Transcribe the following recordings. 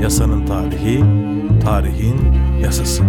Yasanın tarihi, tarihin yasası.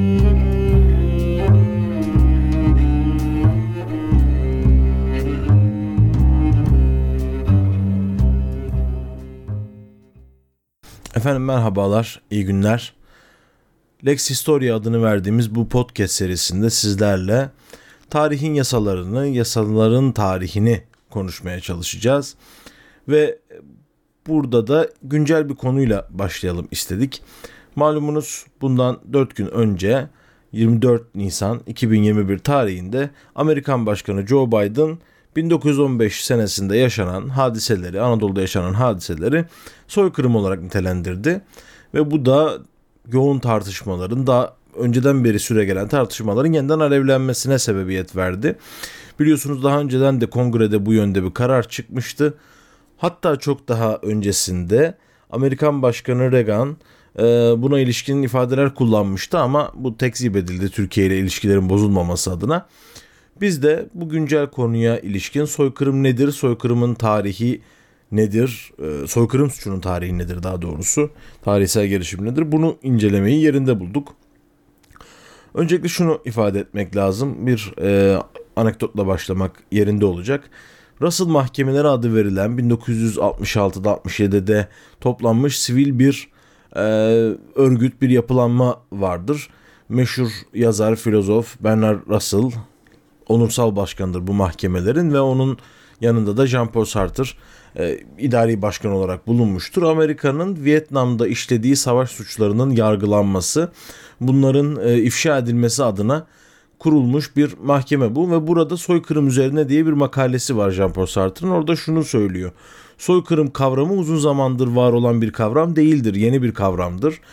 Efendim merhabalar, iyi günler. Lex Historia adını verdiğimiz bu podcast serisinde sizlerle tarihin yasalarını, yasaların tarihini konuşmaya çalışacağız. Ve burada da güncel bir konuyla başlayalım istedik. Malumunuz bundan 4 gün önce 24 Nisan 2021 tarihinde Amerikan Başkanı Joe Biden 1915 senesinde yaşanan hadiseleri, Anadolu'da yaşanan hadiseleri soykırım olarak nitelendirdi. Ve bu da yoğun tartışmaların, daha önceden beri süregelen tartışmaların yeniden alevlenmesine sebebiyet verdi. Biliyorsunuz daha önceden de kongrede bu yönde bir karar çıkmıştı. Hatta çok daha öncesinde Amerikan Başkanı Reagan buna ilişkin ifadeler kullanmıştı ama bu tekzip edildi Türkiye ile ilişkilerin bozulmaması adına. Biz de bu güncel konuya ilişkin soykırım nedir, soykırımın tarihi nedir, soykırım suçunun tarihi nedir daha doğrusu, tarihsel gelişim nedir, bunu incelemeyi yerinde bulduk. Öncelikle şunu ifade etmek lazım, bir anekdotla başlamak yerinde olacak. Russell Mahkemeleri adı verilen 1966'da 67'de toplanmış sivil bir örgüt, bir yapılanma vardır. Meşhur yazar, filozof Bernard Russell onursal başkandır bu mahkemelerin ve onun yanında da Jean-Paul Sartre idari başkan olarak bulunmuştur. Amerika'nın Vietnam'da işlediği savaş suçlarının yargılanması, bunların ifşa edilmesi adına kurulmuş bir mahkeme bu ve burada soykırım üzerine diye bir makalesi var Jean-Paul Sartre'ın. Orada şunu söylüyor: soykırım kavramı uzun zamandır var olan bir kavram değildir, yeni bir kavramdır.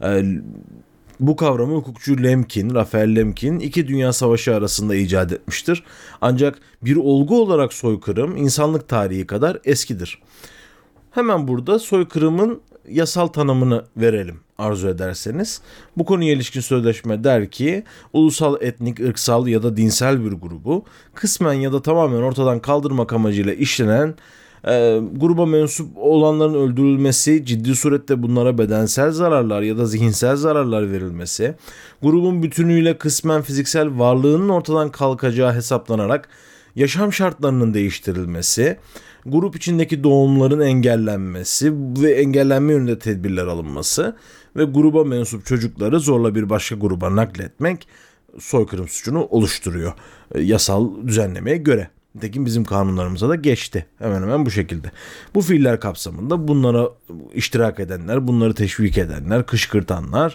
Bu kavramı hukukçu Raphael Lemkin 2 Dünya Savaşı arasında icat etmiştir. Ancak bir olgu olarak soykırım insanlık tarihi kadar eskidir. Hemen burada soykırımın yasal tanımını verelim arzu ederseniz. Bu konuya ilişkin sözleşme der ki ulusal, etnik, ırksal ya da dinsel bir grubu kısmen ya da tamamen ortadan kaldırmak amacıyla işlenen gruba mensup olanların öldürülmesi, ciddi surette bunlara bedensel zararlar ya da zihinsel zararlar verilmesi, grubun bütünüyle kısmen fiziksel varlığının ortadan kalkacağı hesaplanarak yaşam şartlarının değiştirilmesi, grup içindeki doğumların engellenmesi ve engellenme yönünde tedbirler alınması ve gruba mensup çocukları zorla bir başka gruba nakletmek soykırım suçunu oluşturuyor yasal düzenlemeye göre. Nitekim bizim kanunlarımıza da geçti. Hemen hemen bu şekilde. Bu fiiller kapsamında bunlara iştirak edenler, bunları teşvik edenler, kışkırtanlar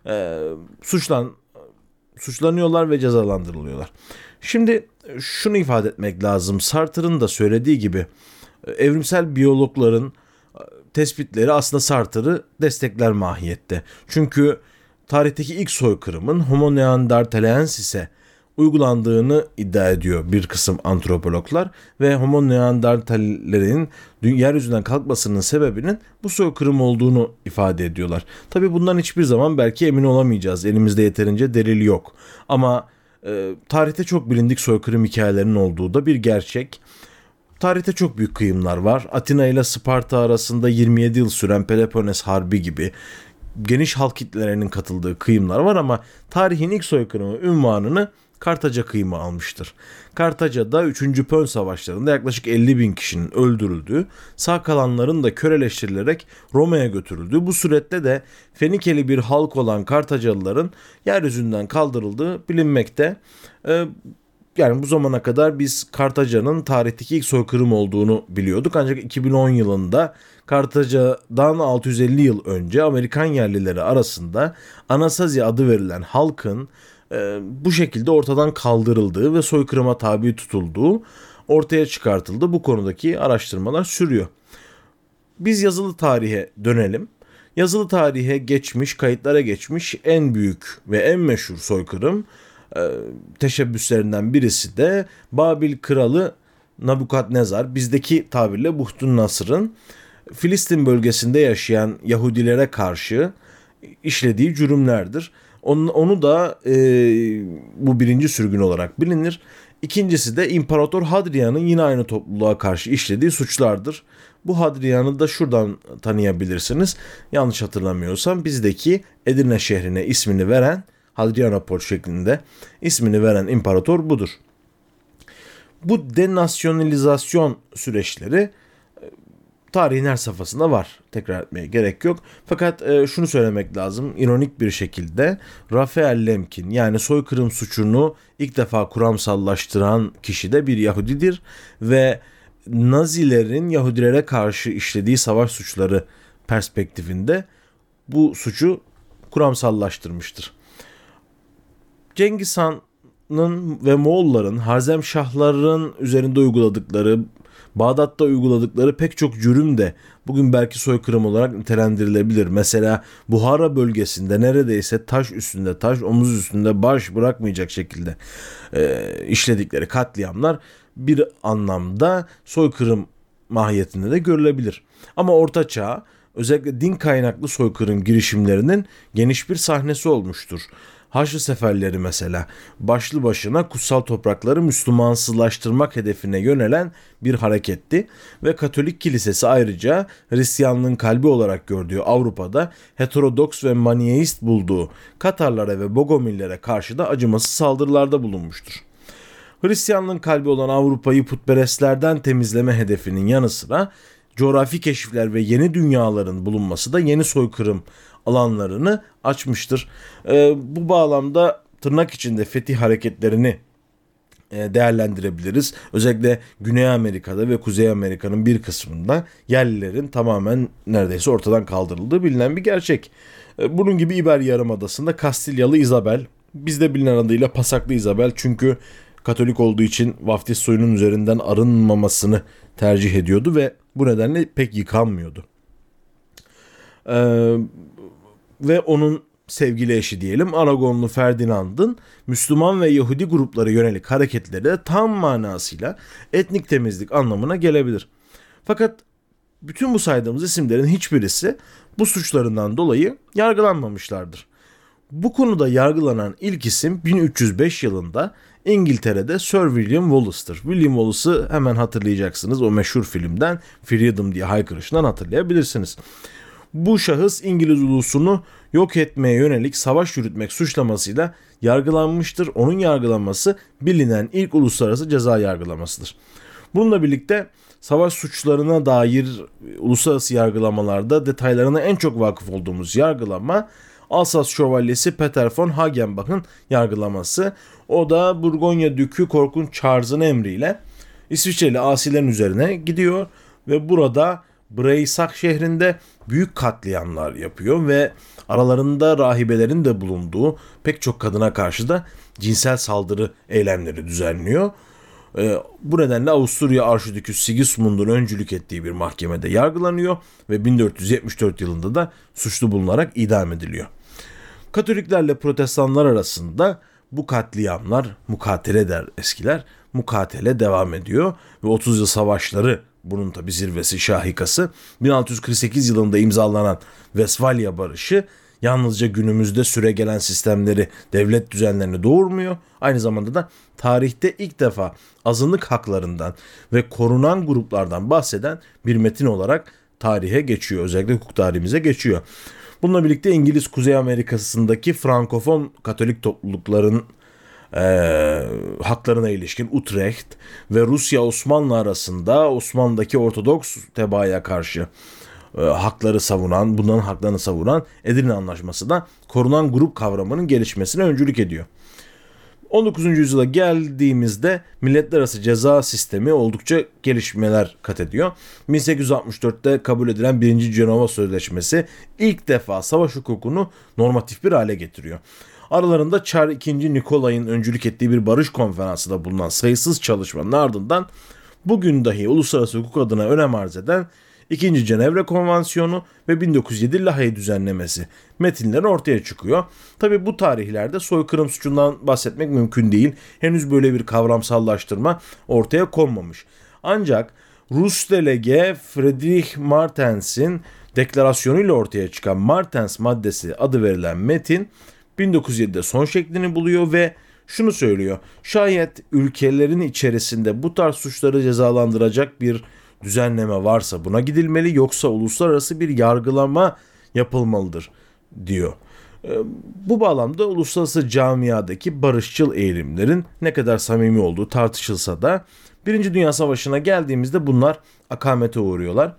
suçlanıyorlar ve cezalandırılıyorlar. Şimdi şunu ifade etmek lazım. Sartre'ın da söylediği gibi evrimsel biyologların tespitleri aslında Sartre'ı destekler mahiyette. Çünkü tarihteki ilk soykırımın Homo neanderthalensis'e uygulandığını iddia ediyor bir kısım antropologlar ve Homo neandertallerin yeryüzünden kalkmasının sebebinin bu soykırım olduğunu ifade ediyorlar. Tabii bundan hiçbir zaman belki emin olamayacağız. Elimizde yeterince delil yok. Ama tarihte çok bilindik soykırım hikayelerinin olduğu da bir gerçek. Tarihte çok büyük kıyımlar var. Atina ile Sparta arasında 27 yıl süren Peloponnes Harbi gibi geniş halk kitlelerinin katıldığı kıyımlar var ama tarihin ilk soykırımı unvanını Kartaca kıyımı almıştır. Kartaca'da 3. Pön Savaşları'nda yaklaşık 50.000 kişinin öldürüldüğü, sağ kalanların da köleleştirilerek Roma'ya götürüldüğü, bu surette de Fenikeli bir halk olan Kartacalıların yeryüzünden kaldırıldığı bilinmekte. Yani bu zamana kadar biz Kartaca'nın tarihteki ilk soykırım olduğunu biliyorduk. Ancak 2010 yılında Kartaca'dan 650 yıl önce Amerikan yerlileri arasında Anasazi adı verilen halkın bu şekilde ortadan kaldırıldığı ve soykırıma tabi tutulduğu ortaya çıkartıldı. Bu konudaki araştırmalar sürüyor. Biz yazılı tarihe dönelim. Yazılı tarihe geçmiş, kayıtlara geçmiş en büyük ve en meşhur soykırım teşebbüslerinden birisi de Babil kralı Nabukadnezar, bizdeki tabirle Buhtun Nasır'ın Filistin bölgesinde yaşayan Yahudilere karşı işlediği cürümlerdir. Onu da bu birinci sürgün olarak bilinir. İkincisi de İmparator Hadrian'ın yine aynı topluluğa karşı işlediği suçlardır. Bu Hadrian'ı da şuradan tanıyabilirsiniz. Yanlış hatırlamıyorsam bizdeki Edirne şehrine ismini veren, Hadrianopol şeklinde ismini veren imparator budur. Bu denasyonalizasyon süreçleri tarihin her safhasında var. Tekrar etmeye gerek yok. Fakat şunu söylemek lazım. İronik bir şekilde Raphael Lemkin, yani soykırım suçunu ilk defa kuramsallaştıran kişi de bir Yahudidir ve Nazilerin Yahudilere karşı işlediği savaş suçları perspektifinde bu suçu kuramsallaştırmıştır. Cengiz Han'ın ve Moğolların, Harzemşahların üzerinde uyguladıkları, Bağdat'ta uyguladıkları pek çok cürüm de bugün belki soykırım olarak nitelendirilebilir. Mesela Buhara bölgesinde neredeyse taş üstünde taş, omuz üstünde baş bırakmayacak şekilde işledikleri katliamlar bir anlamda soykırım mahiyetinde de görülebilir. Ama Orta Çağ özellikle din kaynaklı soykırım girişimlerinin geniş bir sahnesi olmuştur. Haçlı seferleri mesela başlı başına kutsal toprakları Müslümansızlaştırmak hedefine yönelen bir hareketti ve Katolik Kilisesi ayrıca Hristiyanlığın kalbi olarak gördüğü Avrupa'da heterodoks ve maniyeist bulduğu Katarlara ve Bogomillere karşı da acımasız saldırılarda bulunmuştur. Hristiyanlığın kalbi olan Avrupa'yı putperestlerden temizleme hedefinin yanı sıra coğrafi keşifler ve yeni dünyaların bulunması da yeni soykırım alanlarını açmıştır. Bu bağlamda tırnak içinde fetih hareketlerini değerlendirebiliriz. Özellikle Güney Amerika'da ve Kuzey Amerika'nın bir kısmında yerlilerin tamamen neredeyse ortadan kaldırıldığı bilinen bir gerçek. Bunun gibi İber Yarımadası'nda Kastilyalı İzabel, bizde bilinen adıyla Pasaklı İzabel, çünkü Katolik olduğu için vaftiz soyunun üzerinden arınmamasını tercih ediyordu ve bu nedenle pek yıkanmıyordu. Ve onun sevgili eşi diyelim Aragonlu Ferdinand'ın Müslüman ve Yahudi gruplara yönelik hareketleri de tam manasıyla etnik temizlik anlamına gelebilir. Fakat bütün bu saydığımız isimlerin hiçbirisi bu suçlarından dolayı yargılanmamışlardır. Bu konuda yargılanan ilk isim 1305 yılında İngiltere'de Sir William Wallace'tır. William Wallace'ı hemen hatırlayacaksınız. O meşhur filmden Freedom diye haykırışından hatırlayabilirsiniz. Bu şahıs İngiliz ulusunu yok etmeye yönelik savaş yürütmek suçlamasıyla yargılanmıştır. Onun yargılanması bilinen ilk uluslararası ceza yargılamasıdır. Bununla birlikte savaş suçlarına dair uluslararası yargılamalarda detaylarına en çok vakıf olduğumuz yargılama Alsas Şövalyesi Peter von Hagenbach'ın yargılaması. O da Burgonya Dükü Korkunç Charles'ın emriyle İsviçreli asilerin üzerine gidiyor ve burada Breisach şehrinde büyük katliamlar yapıyor ve aralarında rahibelerin de bulunduğu pek çok kadına karşı da cinsel saldırı eylemleri düzenliyor. Bu nedenle Avusturya Arşidüküsü Sigismund'un öncülük ettiği bir mahkemede yargılanıyor ve 1474 yılında da suçlu bulunarak idam ediliyor. Katoliklerle Protestanlar arasında bu katliamlar, mukatele der eskiler, mukatele devam ediyor ve 30 yıl savaşları bunun tabi zirvesi, şahikası. 1648 yılında imzalanan Vesfalya Barışı yalnızca günümüzde süregelen sistemleri, devlet düzenlerini doğurmuyor. Aynı zamanda da tarihte ilk defa azınlık haklarından ve korunan gruplardan bahseden bir metin olarak tarihe geçiyor. Özellikle hukuk tarihimize geçiyor. Bununla birlikte İngiliz Kuzey Amerika'sındaki Frankofon Katolik toplulukların haklarına ilişkin Utrecht ve Rusya Osmanlı arasında Osmanlı'daki Ortodoks tebaaya karşı hakları savunan, bunların haklarını savunan Edirne Anlaşması da korunan grup kavramının gelişmesine öncülük ediyor. 19. yüzyıla geldiğimizde milletler arası ceza sistemi oldukça gelişmeler kat ediyor. 1864'te kabul edilen 1. Cenova Sözleşmesi ilk defa savaş hukukunu normatif bir hale getiriyor. Aralarında Çar II. Nikolay'ın öncülük ettiği bir barış konferansı da bulunan sayısız çalışmanın ardından bugün dahi uluslararası hukuk adına önem arz eden 2. Cenevre Konvansiyonu ve 1907 Lahey Düzenlemesi metinleri ortaya çıkıyor. Tabi bu tarihlerde soykırım suçundan bahsetmek mümkün değil. Henüz böyle bir kavramsallaştırma ortaya konmamış. Ancak Rus delege Friedrich Martens'in deklarasyonuyla ortaya çıkan Martens maddesi adı verilen metin 1907'de son şeklini buluyor ve şunu söylüyor. Şayet ülkelerin içerisinde bu tarz suçları cezalandıracak bir düzenleme varsa buna gidilmeli, yoksa uluslararası bir yargılama yapılmalıdır diyor. Bu bağlamda uluslararası camiadaki barışçıl eğilimlerin ne kadar samimi olduğu tartışılsa da Birinci Dünya Savaşı'na geldiğimizde bunlar akamete uğruyorlar.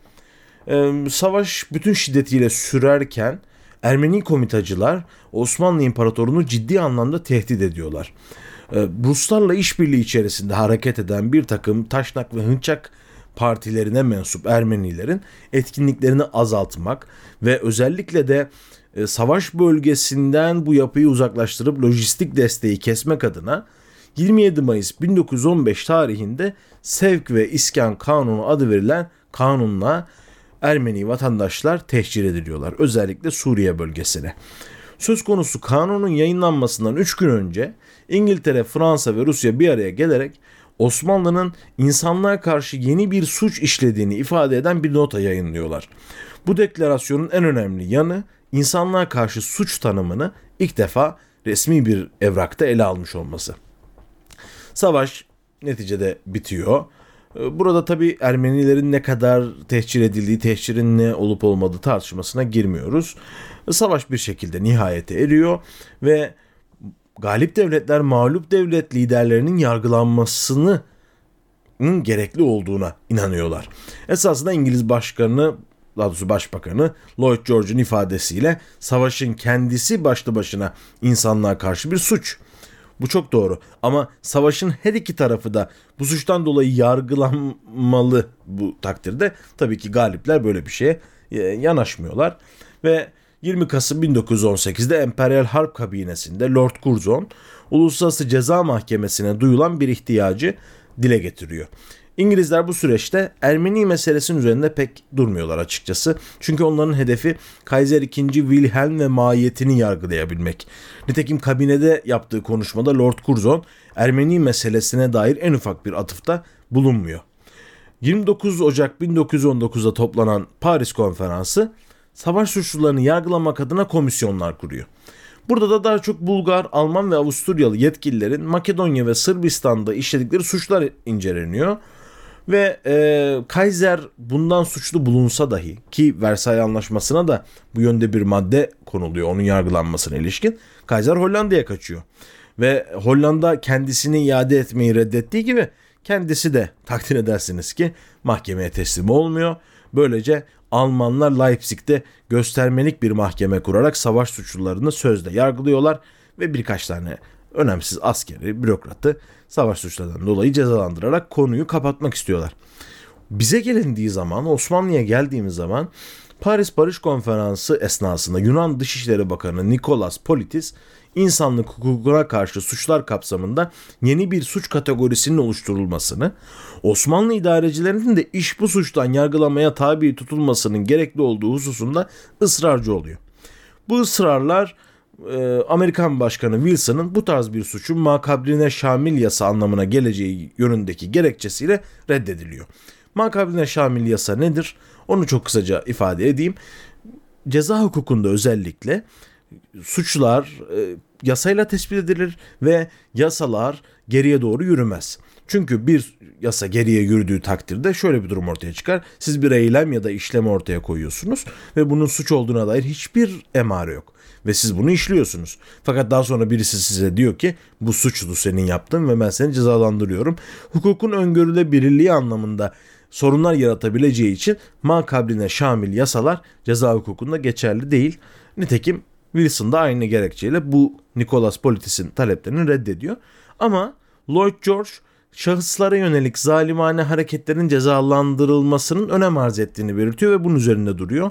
Savaş bütün şiddetiyle sürerken Ermeni komitacılar Osmanlı İmparatorluğunu ciddi anlamda tehdit ediyorlar. Ruslarla işbirliği içerisinde hareket eden bir takım Taşnak ve Hınçak partilerine mensup Ermenilerin etkinliklerini azaltmak ve özellikle de savaş bölgesinden bu yapıyı uzaklaştırıp lojistik desteği kesmek adına 27 Mayıs 1915 tarihinde Sevk ve İskan Kanunu adı verilen kanunla Ermeni vatandaşlar tehcir ediliyorlar. Özellikle Suriye bölgesine. Söz konusu kanunun yayınlanmasından 3 gün önce İngiltere, Fransa ve Rusya bir araya gelerek Osmanlı'nın insanlığa karşı yeni bir suç işlediğini ifade eden bir nota yayınlıyorlar. Bu deklarasyonun en önemli yanı insanlığa karşı suç tanımını ilk defa resmi bir evrakta ele almış olması. Savaş neticede bitiyor. Burada tabii Ermenilerin ne kadar tehcir edildiği, tehcirin ne olup olmadığı tartışmasına girmiyoruz. Savaş bir şekilde nihayete eriyor ve galip devletler mağlup devlet liderlerinin yargılanmasının gerekli olduğuna inanıyorlar. Esasında İngiliz başkanı, daha doğrusu başbakanı Lloyd George'un ifadesiyle savaşın kendisi başlı başına insanlığa karşı bir suç. Bu çok doğru ama savaşın her iki tarafı da bu suçtan dolayı yargılanmalı bu takdirde. Tabii ki galipler böyle bir şeye yanaşmıyorlar ve 20 Kasım 1918'de Emperyal Harp Kabinesi'nde Lord Curzon Uluslararası Ceza Mahkemesi'ne duyulan bir ihtiyacı dile getiriyor. İngilizler bu süreçte Ermeni meselesinin üzerinde pek durmuyorlar açıkçası. Çünkü onların hedefi Kaiser II. Wilhelm ve mahiyetini yargılayabilmek. Nitekim kabinede yaptığı konuşmada Lord Curzon Ermeni meselesine dair en ufak bir atıfta bulunmuyor. 29 Ocak 1919'da toplanan Paris Konferansı savaş suçlularını yargılamak adına komisyonlar kuruyor. Burada da daha çok Bulgar, Alman ve Avusturyalı yetkililerin Makedonya ve Sırbistan'da işledikleri suçlar inceleniyor. Ve Kaiser bundan suçlu bulunsa dahi, ki Versay Anlaşması'na da bu yönde bir madde konuluyor onun yargılanmasına ilişkin, Kaiser Hollanda'ya kaçıyor. Ve Hollanda kendisini iade etmeyi reddettiği gibi kendisi de takdir edersiniz ki mahkemeye teslim olmuyor. Böylece Almanlar Leipzig'te göstermelik bir mahkeme kurarak savaş suçlularını sözde yargılıyorlar ve birkaç tane önemsiz askeri, bürokratı savaş suçlarından dolayı cezalandırarak konuyu kapatmak istiyorlar. Bize gelindiği zaman, Osmanlı'ya geldiğimiz zaman Paris Barış Konferansı esnasında Yunan Dışişleri Bakanı Nikolas Politis, insanlık hukukuna karşı suçlar kapsamında yeni bir suç kategorisinin oluşturulmasını, Osmanlı idarecilerinin de iş bu suçtan yargılamaya tabi tutulmasının gerekli olduğu hususunda ısrarcı oluyor. Bu ısrarlar Amerikan Başkanı Wilson'ın bu tarz bir suçun makabrine şamil yasa anlamına geleceği yönündeki gerekçesiyle reddediliyor. Makabrine şamil yasa nedir? Onu çok kısaca ifade edeyim. Ceza hukukunda özellikle suçlar yasayla tespit edilir ve yasalar geriye doğru yürümez. Çünkü bir yasa geriye yürüdüğü takdirde şöyle bir durum ortaya çıkar. Siz bir eylem ya da işlem ortaya koyuyorsunuz ve bunun suç olduğuna dair hiçbir emare yok. Ve siz bunu işliyorsunuz. Fakat daha sonra birisi size diyor ki bu suçlu senin yaptığın ve ben seni cezalandırıyorum. Hukukun öngörülebilirliği anlamında sorunlar yaratabileceği için makabrine şamil yasalar ceza hukukunda geçerli değil. Nitekim Wilson da aynı gerekçeyle bu Nicholas Politis'in taleplerini reddediyor. Ama Lloyd George şahıslara yönelik zalimane hareketlerin cezalandırılmasının önem arz ettiğini belirtiyor ve bunun üzerinde duruyor.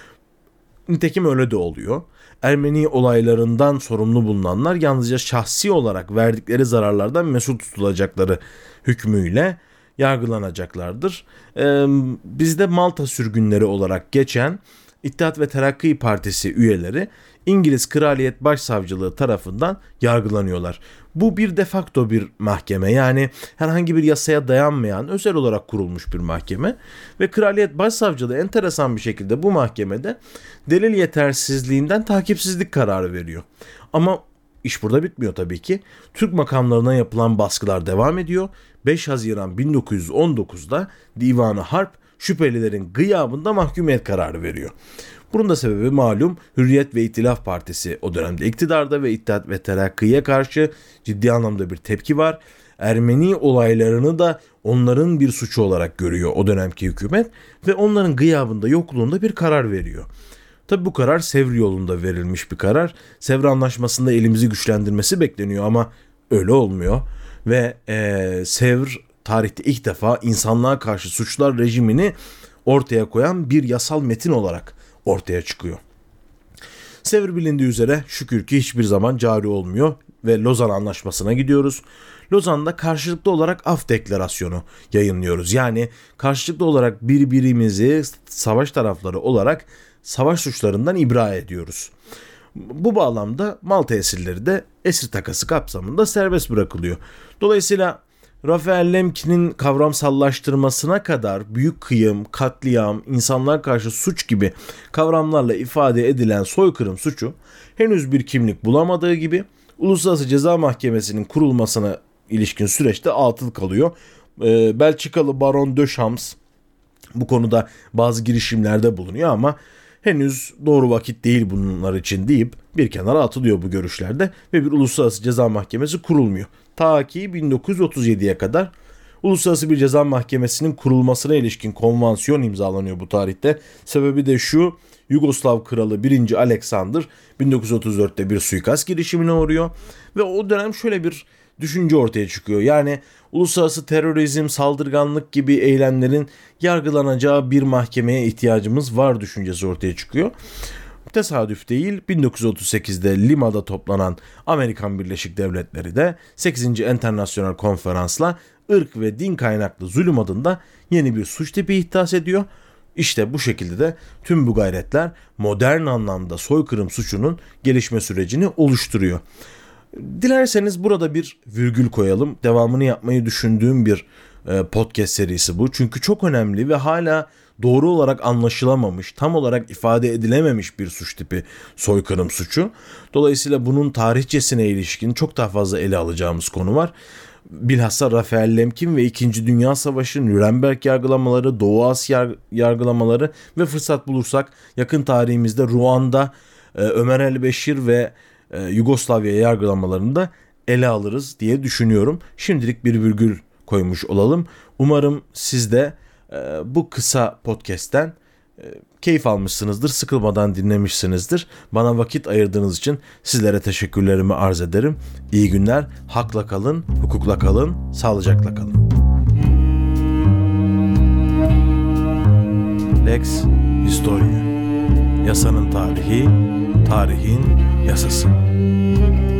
Nitekim öyle de oluyor. Ermeni olaylarından sorumlu bulunanlar yalnızca şahsi olarak verdikleri zararlardan mesul tutulacakları hükmüyle yargılanacaklardır. Bizde Malta sürgünleri olarak geçen İttihat ve Terakki Partisi üyeleri İngiliz Kraliyet Başsavcılığı tarafından yargılanıyorlar. Bu bir de facto bir mahkeme, yani herhangi bir yasaya dayanmayan özel olarak kurulmuş bir mahkeme ve Kraliyet Başsavcılığı enteresan bir şekilde bu mahkemede delil yetersizliğinden takipsizlik kararı veriyor. Ama İş burada bitmiyor tabii ki. Türk makamlarına yapılan baskılar devam ediyor. 5 Haziran 1919'da Divan-ı Harp şüphelilerin gıyabında mahkumiyet kararı veriyor. Bunun da sebebi malum, Hürriyet ve İttilaf Partisi o dönemde iktidarda ve İttihat ve Terakki'ye karşı ciddi anlamda bir tepki var. Ermeni olaylarını da onların bir suçu olarak görüyor o dönemki hükümet ve onların gıyabında, yokluğunda bir karar veriyor. Tabi bu karar Sevr yolunda verilmiş bir karar. Sevr Anlaşması'nda elimizi güçlendirmesi bekleniyor ama öyle olmuyor. Ve Sevr tarihte ilk defa insanlığa karşı suçlar rejimini ortaya koyan bir yasal metin olarak ortaya çıkıyor. Sevr bilindiği üzere şükür ki hiçbir zaman cari olmuyor ve Lozan Anlaşması'na gidiyoruz. Lozan'da karşılıklı olarak af deklarasyonu yayınlıyoruz. Yani karşılıklı olarak birbirimizi savaş tarafları olarak savaş suçlarından ibra ediyoruz. Bu bağlamda Malta esirleri de esir takası kapsamında serbest bırakılıyor. Dolayısıyla Raphael Lemkin'in kavramsallaştırmasına kadar büyük kıyım, katliam, insanlar karşı suç gibi kavramlarla ifade edilen soykırım suçu henüz bir kimlik bulamadığı gibi Uluslararası Ceza Mahkemesi'nin kurulmasına ilişkin süreçte atıl kalıyor. Belçikalı Baron de Champs bu konuda bazı girişimlerde bulunuyor ama henüz doğru vakit değil bunlar için deyip bir kenara atılıyor bu görüşlerde ve bir Uluslararası Ceza Mahkemesi kurulmuyor. Ta ki 1937'ye kadar Uluslararası bir Ceza Mahkemesi'nin kurulmasına ilişkin konvansiyon imzalanıyor bu tarihte. Sebebi de şu: Yugoslav Kralı 1. Alexander 1934'te bir suikast girişimine uğruyor ve o dönem şöyle bir düşünce ortaya çıkıyor. Yani uluslararası terörizm, saldırganlık gibi eylemlerin yargılanacağı bir mahkemeye ihtiyacımız var düşüncesi ortaya çıkıyor. Tesadüf değil, 1938'de Lima'da toplanan Amerikan Birleşik Devletleri de 8. Enternasyonel Konferans'la ırk ve din kaynaklı zulüm adında yeni bir suç tipi ihdas ediyor. İşte bu şekilde de tüm bu gayretler modern anlamda soykırım suçunun gelişme sürecini oluşturuyor. Dilerseniz burada bir virgül koyalım. Devamını yapmayı düşündüğüm bir podcast serisi bu. Çünkü çok önemli ve hala doğru olarak anlaşılamamış, tam olarak ifade edilememiş bir suç tipi soykırım suçu. Dolayısıyla bunun tarihçesine ilişkin çok daha fazla ele alacağımız konu var. Bilhassa Raphael Lemkin ve 2. Dünya Savaşı, Nürnberg yargılamaları, Doğu Asya yargılamaları ve fırsat bulursak yakın tarihimizde Ruanda, Ömer el-Beşir ve Yugoslavya yargılamalarını da ele alırız diye düşünüyorum. Şimdilik bir virgül koymuş olalım. Umarım siz de bu kısa podcast'ten keyif almışsınızdır, sıkılmadan dinlemişsinizdir. Bana vakit ayırdığınız için sizlere teşekkürlerimi arz ederim. İyi günler, hakla kalın, hukukla kalın, sağlıcakla kalın. Lex Historia. Yasanın tarihi, tarihin yasası.